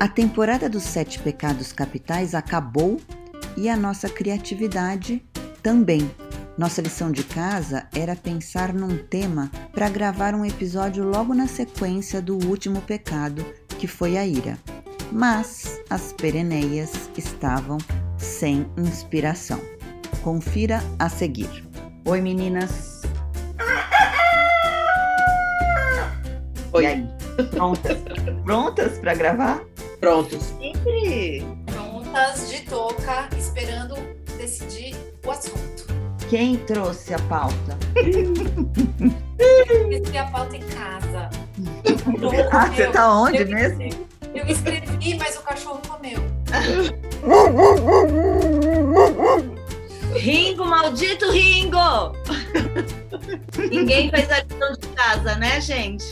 A temporada dos 7 pecados capitais acabou e a nossa criatividade também. Nossa lição de casa era pensar num tema para gravar um episódio logo na sequência do último pecado, que foi a ira. Mas as pereneias estavam sem inspiração. Confira a seguir. Oi, meninas. Oi. E aí? Prontas? Prontas para gravar? Prontas. Sempre prontas de touca, esperando decidir o assunto. Quem trouxe a pauta? Eu escrevi a pauta em casa. Você tá onde mesmo? Eu escrevi, mas o cachorro comeu. Ringo, maldito Ringo! Ninguém fez a lição de casa, né, gente?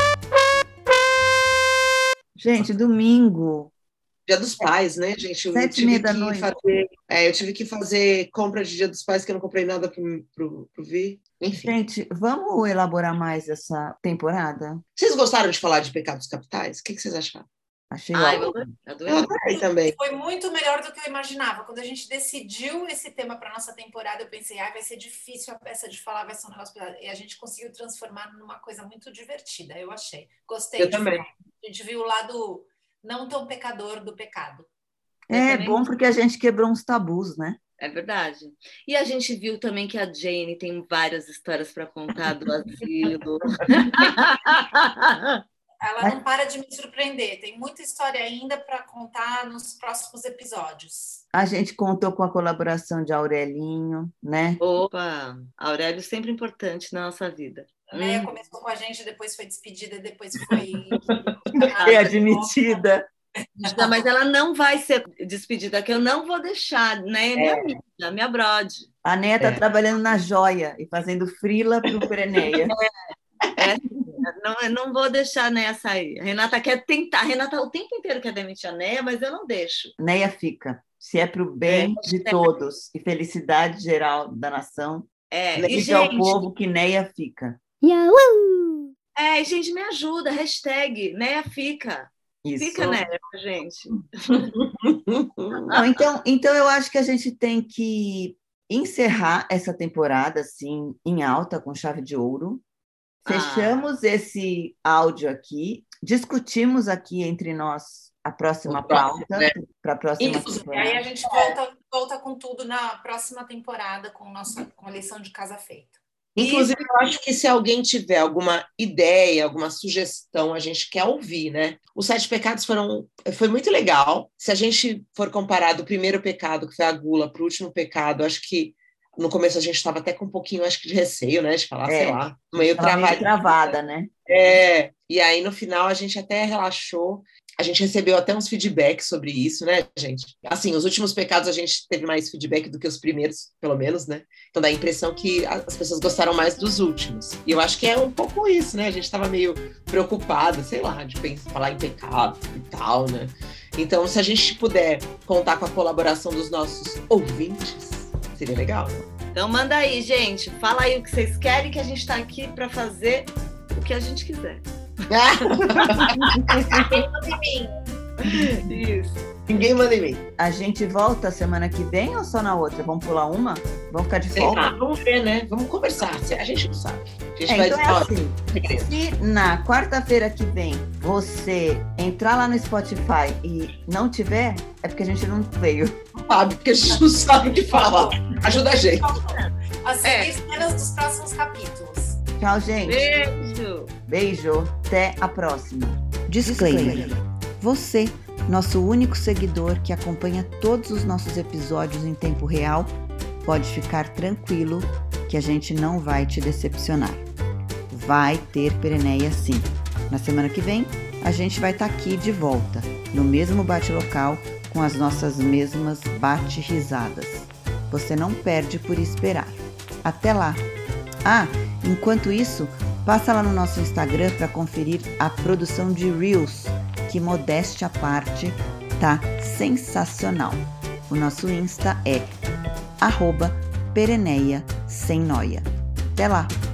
Gente, domingo. Dia dos Pais, né, gente? Eu 7h30 eu tive que fazer compra de Dia dos Pais, que eu não comprei nada pro Vi. Enfim. Gente, vamos elaborar mais essa temporada? Vocês gostaram de falar de pecados capitais? O que vocês acharam? Achei Ai, ótimo. eu Eu adorei também. Foi muito melhor do que eu imaginava. Quando a gente decidiu esse tema para nossa temporada, eu pensei, vai ser difícil a peça de falar, vai ser um negócio pesado. E a gente conseguiu transformar numa coisa muito divertida, eu achei. Gostei. Eu também. A gente viu o lado não tão pecador do pecado. É bom porque a gente quebrou uns tabus, né? É verdade. E a gente viu também que a Jane tem várias histórias para contar do asilo. Ela não para de me surpreender. Tem muita história ainda para contar nos próximos episódios. A gente contou com a colaboração de Aurelinho, né? Opa! Aurélio sempre importante na nossa vida. A Neia começou com a gente, depois foi despedida, depois foi... Foi admitida. Não, mas ela não vai ser despedida, que eu não vou deixar, né? Minha amiga, minha brode. A Neia está trabalhando na Joia e fazendo frila para o Pereneia. Eu não vou deixar a Neia sair. A Renata quer tentar. A Renata o tempo inteiro quer demitir a Neia, mas eu não deixo. Neia fica. Se é para o bem de todos e felicidade geral da nação, diga ao povo que Neia fica. Gente, me ajuda. Hashtag Neia fica. Isso. Fica, Neia, gente. Não, então eu acho que a gente tem que encerrar essa temporada assim, em alta, com chave de ouro. Fechamos esse áudio aqui, discutimos aqui entre nós a próxima pauta para a próxima temporada. E aí a gente volta com tudo na próxima temporada com a lição de casa feita. Inclusive, eu acho que se alguém tiver alguma ideia, alguma sugestão, a gente quer ouvir, né? Os 7 pecados foi muito legal. Se a gente for comparar do primeiro pecado, que foi a gula, para o último pecado, acho que no começo a gente estava até com um pouquinho, acho que de receio, né? De falar, sei lá, meio travada, né? E aí no final a gente até relaxou. A gente recebeu até uns feedbacks sobre isso, né, gente? Assim, os últimos pecados a gente teve mais feedback do que os primeiros, pelo menos, né? Então dá a impressão que as pessoas gostaram mais dos últimos. E eu acho que é um pouco isso, né? A gente estava meio preocupada, sei lá, de falar em pecado e tal, né? Então, se a gente puder contar com a colaboração dos nossos ouvintes, seria legal. Então manda aí, gente. Fala aí o que vocês querem, que a gente está aqui para fazer o que a gente quiser. Ninguém manda em mim. Isso. Ninguém manda em mim. A gente volta semana que vem ou só na outra? Vamos pular uma? Vamos ficar de folga? Vamos ver, né? Vamos conversar. A gente não sabe. A gente vai então é assim. Se na quarta-feira que vem você entrar lá no Spotify e não tiver, é porque a gente não veio. Sabe, porque a gente não sabe o que falar. Ajuda a gente. As cenas dos próximos capítulos. Tchau, gente. Beijo. Até a próxima. Disclaimer. Você, nosso único seguidor que acompanha todos os nossos episódios em tempo real, pode ficar tranquilo que a gente não vai te decepcionar. Vai ter Pereneia sim. Na semana que vem, a gente vai estar aqui de volta, no mesmo bate-local, com as nossas mesmas bate-risadas. Você não perde por esperar. Até lá! Enquanto isso, passa lá no nosso Instagram para conferir a produção de Reels, que, modéstia à parte, tá sensacional. O nosso Insta é @pereneia sem noia. Até lá!